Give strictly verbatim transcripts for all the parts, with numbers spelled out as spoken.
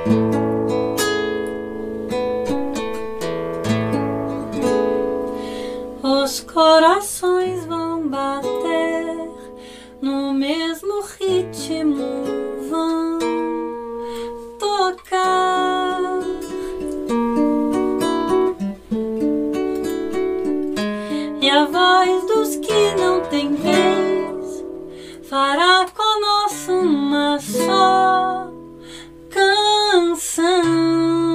Os corações vão bater no mesmo ritmo, vão tocar. E a voz dos que não têm vez fará conosco uma só canção.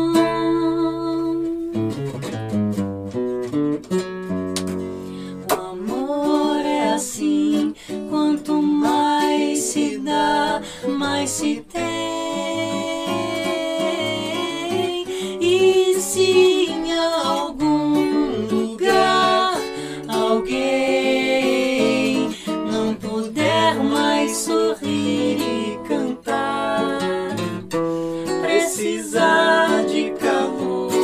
Quanto mais se dá, mais se tem. E se em algum lugar alguém não puder mais sorrir e cantar, precisar de calor,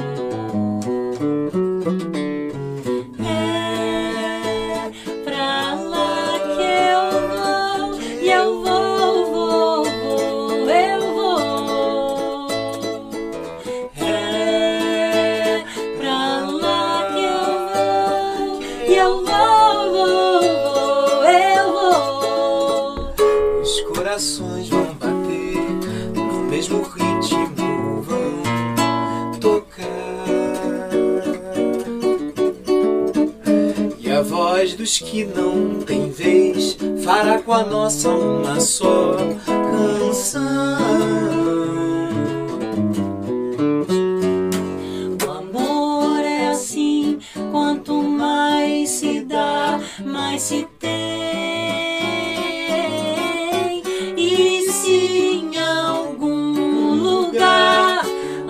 eu vou, vou, vou, eu vou. É pra lá que eu vou, e eu vou, vou, vou, eu vou. Os corações vão bater no mesmo ritmo, vão tocar. E a voz dos que não têm vez fará com a nossa uma só canção. O amor é assim, quanto mais se dá, mais se tem. E se em algum lugar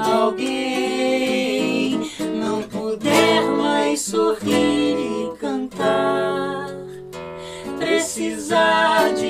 alguém não puder mais sorrir e cantar, precisar de